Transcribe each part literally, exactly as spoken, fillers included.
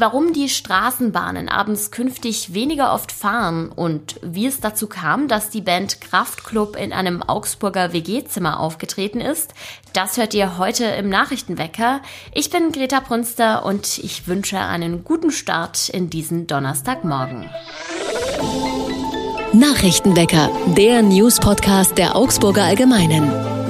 Warum die Straßenbahnen abends künftig weniger oft fahren und wie es dazu kam, dass die Band Kraftklub in einem Augsburger W G-Zimmer aufgetreten ist, das hört ihr heute im Nachrichtenwecker. Ich bin Greta Brünster und ich wünsche einen guten Start in diesen Donnerstagmorgen. Nachrichtenwecker, der News-Podcast der Augsburger Allgemeinen.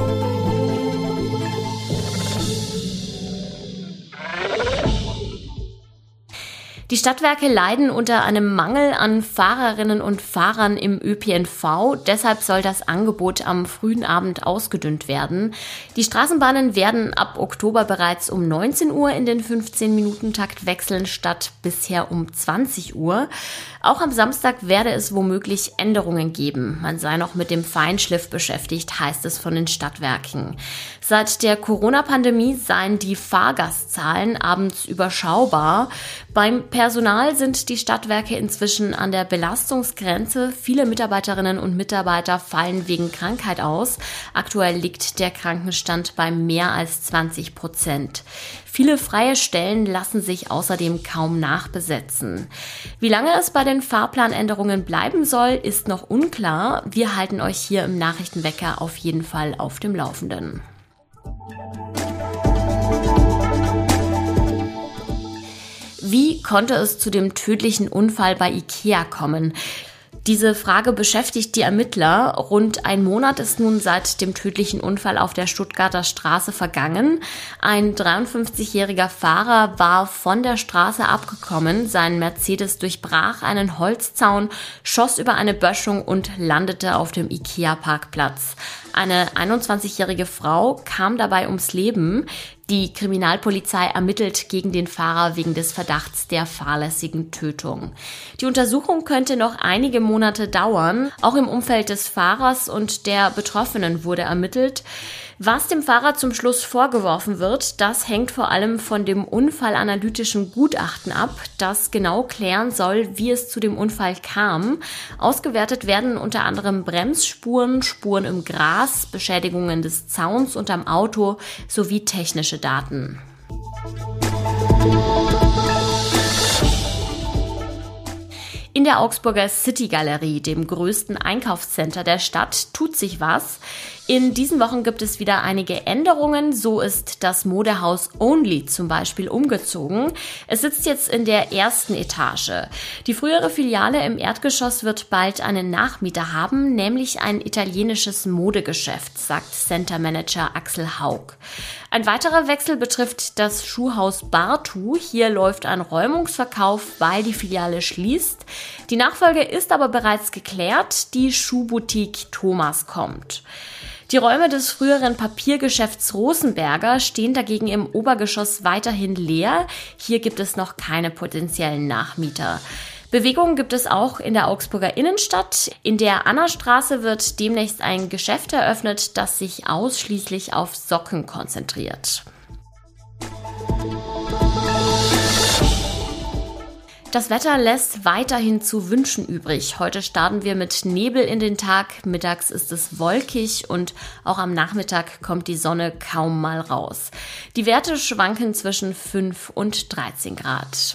Die Stadtwerke leiden unter einem Mangel an Fahrerinnen und Fahrern im Ö P N V. Deshalb soll das Angebot am frühen Abend ausgedünnt werden. Die Straßenbahnen werden ab Oktober bereits um neunzehn Uhr in den fünfzehn-Minuten-Takt wechseln, statt bisher um zwanzig Uhr. Auch am Samstag werde es womöglich Änderungen geben. Man sei noch mit dem Feinschliff beschäftigt, heißt es von den Stadtwerken. Seit der Corona-Pandemie seien die Fahrgastzahlen abends überschaubar. Beim Personal sind die Stadtwerke inzwischen an der Belastungsgrenze. Viele Mitarbeiterinnen und Mitarbeiter fallen wegen Krankheit aus. Aktuell liegt der Krankenstand bei mehr als zwanzig Prozent. Viele freie Stellen lassen sich außerdem kaum nachbesetzen. Wie lange es bei den Fahrplanänderungen bleiben soll, ist noch unklar. Wir halten euch hier im Nachrichtenwecker auf jeden Fall auf dem Laufenden. Wie konnte es zu dem tödlichen Unfall bei IKEA kommen? Diese Frage beschäftigt die Ermittler. Rund ein Monat ist nun seit dem tödlichen Unfall auf der Stuttgarter Straße vergangen. Ein dreiundfünfzigjähriger Fahrer war von der Straße abgekommen. Sein Mercedes durchbrach einen Holzzaun, schoss über eine Böschung und landete auf dem IKEA-Parkplatz. Eine einundzwanzigjährige Frau kam dabei ums Leben. Die Kriminalpolizei ermittelt gegen den Fahrer wegen des Verdachts der fahrlässigen Tötung. Die Untersuchung könnte noch einige Monate dauern. Auch im Umfeld des Fahrers und der Betroffenen wurde ermittelt. Was dem Fahrer zum Schluss vorgeworfen wird, das hängt vor allem von dem unfallanalytischen Gutachten ab, das genau klären soll, wie es zu dem Unfall kam. Ausgewertet werden unter anderem Bremsspuren, Spuren im Gras, Beschädigungen des Zauns unterm Auto sowie technische Daten. In der Augsburger City Galerie, dem größten Einkaufscenter der Stadt, tut sich was. In diesen Wochen gibt es wieder einige Änderungen. So ist das Modehaus Only zum Beispiel umgezogen. Es sitzt jetzt in der ersten Etage. Die frühere Filiale im Erdgeschoss wird bald einen Nachmieter haben, nämlich ein italienisches Modegeschäft, sagt Centermanager Axel Haug. Ein weiterer Wechsel betrifft das Schuhhaus Bartu. Hier läuft ein Räumungsverkauf, weil die Filiale schließt. Die Nachfolge ist aber bereits geklärt. Die Schuhboutique Thomas kommt. Die Räume des früheren Papiergeschäfts Rosenberger stehen dagegen im Obergeschoss weiterhin leer. Hier gibt es noch keine potenziellen Nachmieter. Bewegung gibt es auch in der Augsburger Innenstadt. In der Annastraße wird demnächst ein Geschäft eröffnet, das sich ausschließlich auf Socken konzentriert. Das Wetter lässt weiterhin zu wünschen übrig. Heute starten wir mit Nebel in den Tag. Mittags ist es wolkig und auch am Nachmittag kommt die Sonne kaum mal raus. Die Werte schwanken zwischen fünf und dreizehn Grad.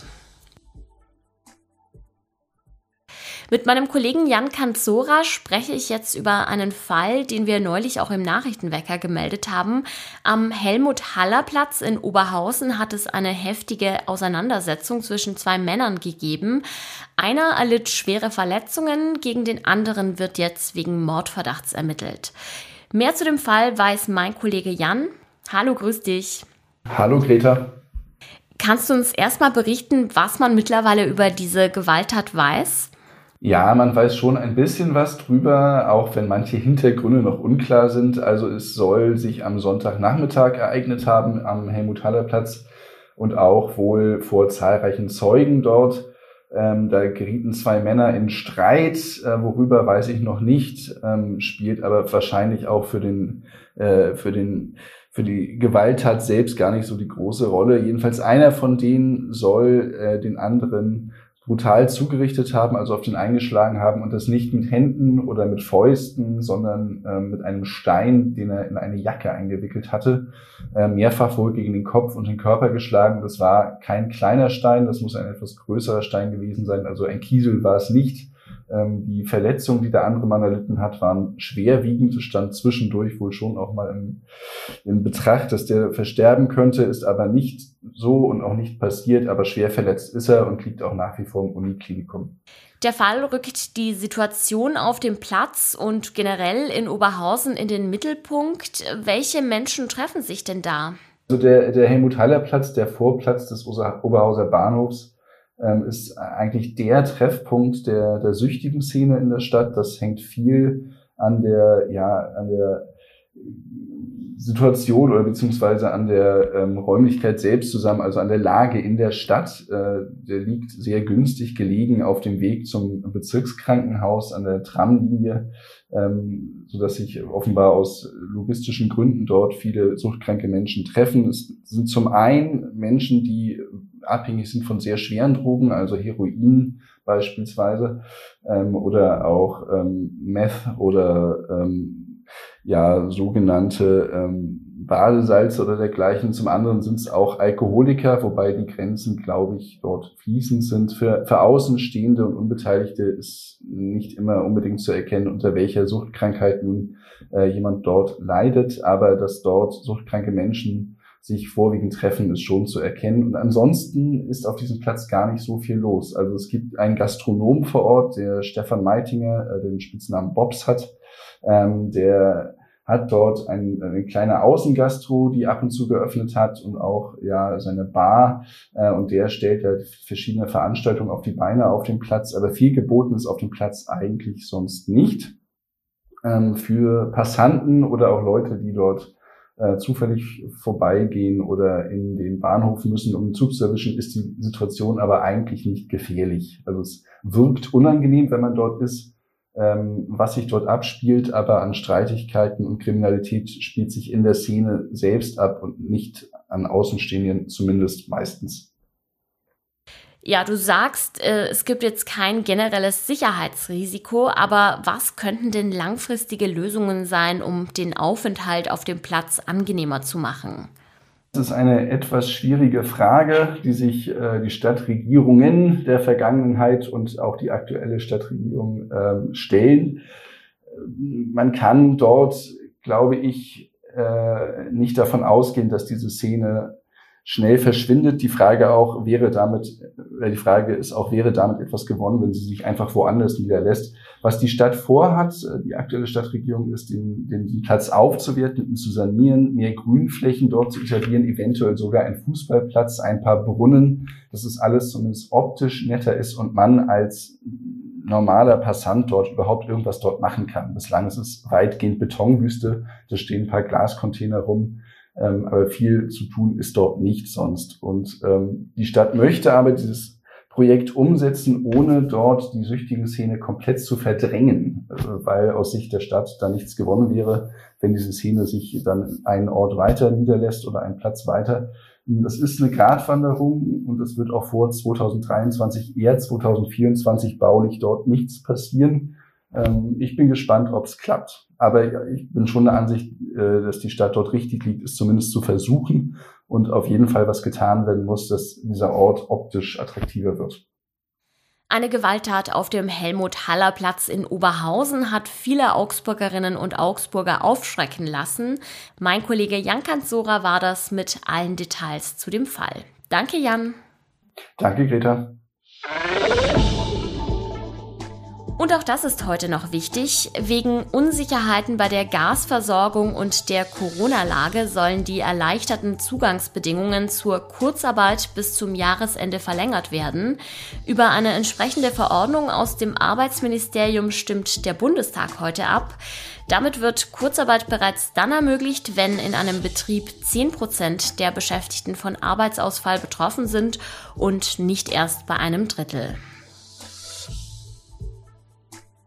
Mit meinem Kollegen Jan Kanzora spreche ich jetzt über einen Fall, den wir neulich auch im Nachrichtenwecker gemeldet haben. Am Helmut-Haller-Platz in Oberhausen hat es eine heftige Auseinandersetzung zwischen zwei Männern gegeben. Einer erlitt schwere Verletzungen, gegen den anderen wird jetzt wegen Mordverdachts ermittelt. Mehr zu dem Fall weiß mein Kollege Jan. Hallo, grüß dich. Hallo, Greta. Kannst du uns erstmal berichten, was man mittlerweile über diese Gewalttat weiß? Ja, man weiß schon ein bisschen was drüber, auch wenn manche Hintergründe noch unklar sind. Also es soll sich am Sonntagnachmittag ereignet haben am Helmut-Haller-Platz und auch wohl vor zahlreichen Zeugen dort. Ähm, da gerieten zwei Männer in Streit, äh, worüber weiß ich noch nicht, ähm, spielt aber wahrscheinlich auch für den, äh, für den, für die Gewalttat selbst gar nicht so die große Rolle. Jedenfalls einer von denen soll äh, den anderen brutal zugerichtet haben, also auf den eingeschlagen haben und das nicht mit Händen oder mit Fäusten, sondern äh, mit einem Stein, den er in eine Jacke eingewickelt hatte, äh, mehrfach wohl gegen den Kopf und den Körper geschlagen. Das war kein kleiner Stein, das muss ein etwas größerer Stein gewesen sein, also ein Kiesel war es nicht. Ähm, die Verletzungen, die der andere Mann erlitten hat, waren schwerwiegend. Es stand zwischendurch wohl schon auch mal im, in Betracht, dass der versterben könnte, ist aber nicht so und auch nicht passiert, aber schwer verletzt ist er und liegt auch nach wie vor im Uniklinikum. Der Fall rückt die Situation auf dem Platz und generell in Oberhausen in den Mittelpunkt. Welche Menschen treffen sich denn da? Also der, der Helmut-Haller-Platz, der Vorplatz des Oberhauser Bahnhofs, ist eigentlich der Treffpunkt der, der süchtigen Szene in der Stadt. Das hängt viel an der, ja, an der Situation oder beziehungsweise an der ähm, Räumlichkeit selbst zusammen, also an der Lage in der Stadt. Äh, der liegt sehr günstig gelegen auf dem Weg zum Bezirkskrankenhaus an der Tramlinie, ähm, so dass sich offenbar aus logistischen Gründen dort viele suchtkranke Menschen treffen. Es sind zum einen Menschen, die abhängig sind von sehr schweren Drogen, also Heroin beispielsweise, ähm, oder auch ähm, Meth oder ähm, ja sogenannte ähm, Badesalze oder dergleichen. Zum anderen sind es auch Alkoholiker, wobei die Grenzen, glaube ich, dort fließend sind. Für, für Außenstehende und Unbeteiligte ist nicht immer unbedingt zu erkennen, unter welcher Suchtkrankheit nun äh, jemand dort leidet, aber dass dort suchtkranke Menschen sich vorwiegend treffen, ist schon zu erkennen. Und ansonsten ist auf diesem Platz gar nicht so viel los. Also es gibt einen Gastronom vor Ort, der Stefan Meitinger, äh, den Spitznamen Bobs hat. Ähm, der hat dort ein, eine kleine Außengastro, die ab und zu geöffnet hat und auch ja seine Bar. Äh, und der stellt ja verschiedene Veranstaltungen auf die Beine auf dem Platz. Aber viel geboten ist auf dem Platz eigentlich sonst nicht. Ähm, für Passanten oder auch Leute, die dort äh, zufällig vorbeigehen oder in den Bahnhof müssen, um den Zug zu erwischen, ist die Situation aber eigentlich nicht gefährlich. Also es wirkt unangenehm, wenn man dort ist, ähm, was sich dort abspielt, aber an Streitigkeiten und Kriminalität spielt sich in der Szene selbst ab und nicht an Außenstehenden, zumindest meistens. Ja, du sagst, äh, es gibt jetzt kein generelles Sicherheitsrisiko, aber was könnten denn langfristige Lösungen sein, um den Aufenthalt auf dem Platz angenehmer zu machen? Das ist eine etwas schwierige Frage, die sich äh, die Stadtregierungen der Vergangenheit und auch die aktuelle Stadtregierung äh, stellen. Man kann dort, glaube ich, äh, nicht davon ausgehen, dass diese Szene schnell verschwindet. Die Frage auch wäre damit, äh, die Frage ist auch, wäre damit etwas gewonnen, wenn sie sich einfach woanders niederlässt. Was die Stadt vorhat, die aktuelle Stadtregierung, ist, den, den Platz aufzuwerten, ihn zu sanieren, mehr Grünflächen dort zu etablieren, eventuell sogar ein Fußballplatz, ein paar Brunnen, dass es alles zumindest optisch netter ist und man als normaler Passant dort überhaupt irgendwas dort machen kann. Bislang ist es weitgehend Betonwüste, da stehen ein paar Glascontainer rum. Ähm, aber viel zu tun ist dort nicht sonst. Und ähm, die Stadt möchte aber dieses Projekt umsetzen, ohne dort die süchtige Szene komplett zu verdrängen, äh, weil aus Sicht der Stadt da nichts gewonnen wäre, wenn diese Szene sich dann einen Ort weiter niederlässt oder einen Platz weiter. Das ist eine Gratwanderung und es wird auch vor zwanzig dreiundzwanzig, eher zwanzig vierundzwanzig baulich dort nichts passieren. Ähm, ich bin gespannt, ob es klappt. Aber ich bin schon der Ansicht, dass die Stadt dort richtig liegt, ist zumindest zu versuchen und auf jeden Fall was getan werden muss, dass dieser Ort optisch attraktiver wird. Eine Gewalttat auf dem Helmut-Haller-Platz in Oberhausen hat viele Augsburgerinnen und Augsburger aufschrecken lassen. Mein Kollege Jan Kanzora war das mit allen Details zu dem Fall. Danke, Jan. Danke, Greta. Und auch das ist heute noch wichtig. Wegen Unsicherheiten bei der Gasversorgung und der Corona-Lage sollen die erleichterten Zugangsbedingungen zur Kurzarbeit bis zum Jahresende verlängert werden. Über eine entsprechende Verordnung aus dem Arbeitsministerium stimmt der Bundestag heute ab. Damit wird Kurzarbeit bereits dann ermöglicht, wenn in einem Betrieb zehn Prozent der Beschäftigten von Arbeitsausfall betroffen sind und nicht erst bei einem Drittel.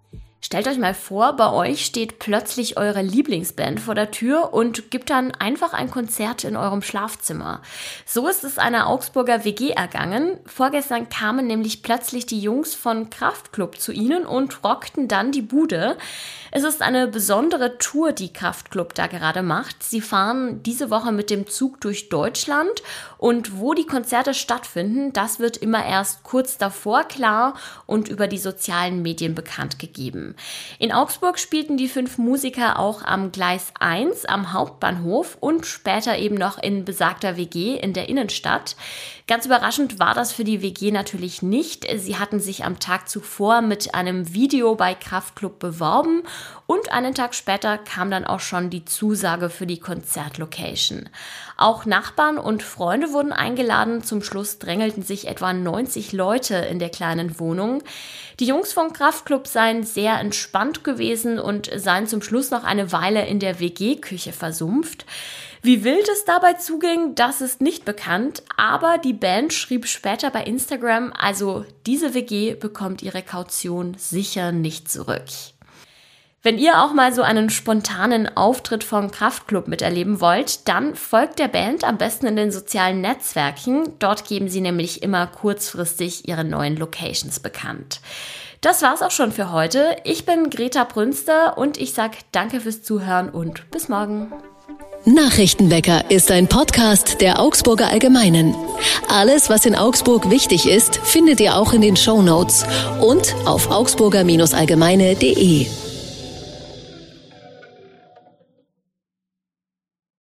Stellt euch mal vor, bei euch steht plötzlich eure Lieblingsband vor der Tür und gibt dann einfach ein Konzert in eurem Schlafzimmer. So ist es einer Augsburger W G ergangen. Vorgestern kamen nämlich plötzlich die Jungs von Kraftklub zu ihnen und rockten dann die Bude. Es ist eine besondere Tour, die Kraftklub da gerade macht. Sie fahren diese Woche mit dem Zug durch Deutschland und wo die Konzerte stattfinden, das wird immer erst kurz davor klar und über die sozialen Medien bekannt gegeben. In Augsburg spielten die fünf Musiker auch am Gleis eins am Hauptbahnhof und später eben noch in besagter W G in der Innenstadt. Ganz überraschend war das für die W G natürlich nicht. Sie hatten sich am Tag zuvor mit einem Video bei Kraftklub beworben und einen Tag später kam dann auch schon die Zusage für die Konzertlocation. Auch Nachbarn und Freunde wurden eingeladen. Zum Schluss drängelten sich etwa neunzig Leute in der kleinen Wohnung. Die Jungs vom Kraftklub seien sehr entspannt gewesen und seien zum Schluss noch eine Weile in der W G-Küche versumpft. Wie wild es dabei zuging, das ist nicht bekannt, aber die Band schrieb später bei Instagram, also diese W G bekommt ihre Kaution sicher nicht zurück. Wenn ihr auch mal so einen spontanen Auftritt vom Kraftklub miterleben wollt, dann folgt der Band am besten in den sozialen Netzwerken. Dort geben sie nämlich immer kurzfristig ihre neuen Locations bekannt. Das war's auch schon für heute. Ich bin Greta Brünster und ich sag danke fürs Zuhören und bis morgen. Nachrichtenwecker ist ein Podcast der Augsburger Allgemeinen. Alles, was in Augsburg wichtig ist, findet ihr auch in den Shownotes und auf augsburger Allgemeine punkt de.